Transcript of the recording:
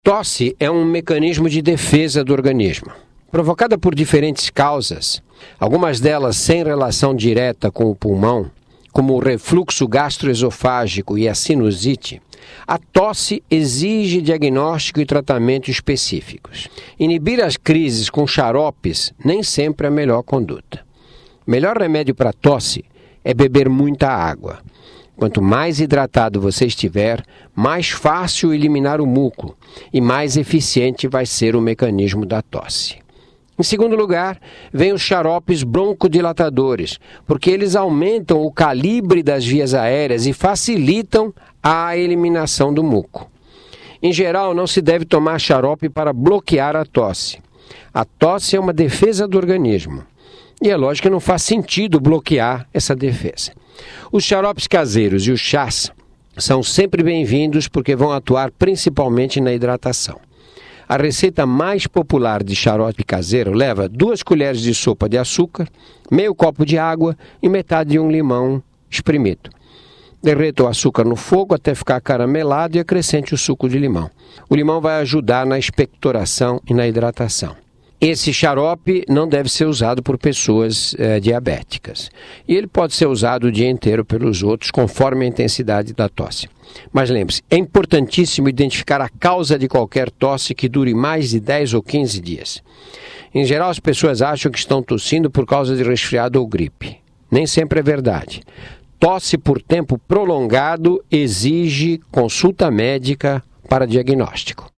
Tosse é um mecanismo de defesa do organismo. Provocada por diferentes causas, algumas delas sem relação direta com o pulmão, como o refluxo gastroesofágico e a sinusite, a tosse exige diagnóstico e tratamento específicos. Inibir as crises com xaropes nem sempre é a melhor conduta. O melhor remédio para a tosse é beber muita água. Quanto mais hidratado você estiver, mais fácil eliminar o muco e mais eficiente vai ser o mecanismo da tosse. Em segundo lugar, vem os xaropes broncodilatadores, porque eles aumentam o calibre das vias aéreas e facilitam a eliminação do muco. Em geral, não se deve tomar xarope para bloquear a tosse. A tosse é uma defesa do organismo. E é lógico que não faz sentido bloquear essa defesa. Os xaropes caseiros e os chás são sempre bem-vindos porque vão atuar principalmente na hidratação. A receita mais popular de xarope caseiro leva 2 colheres de sopa de açúcar, meio copo de água e metade de um limão espremido. Derreta o açúcar no fogo até ficar caramelado e acrescente o suco de limão. O limão vai ajudar na expectoração e na hidratação. Esse xarope não deve ser usado por pessoas diabéticas. E ele pode ser usado o dia inteiro pelos outros, conforme a intensidade da tosse. Mas lembre-se, é importantíssimo identificar a causa de qualquer tosse que dure mais de 10 ou 15 dias. Em geral, as pessoas acham que estão tossindo por causa de resfriado ou gripe. Nem sempre é verdade. Tosse por tempo prolongado exige consulta médica para diagnóstico.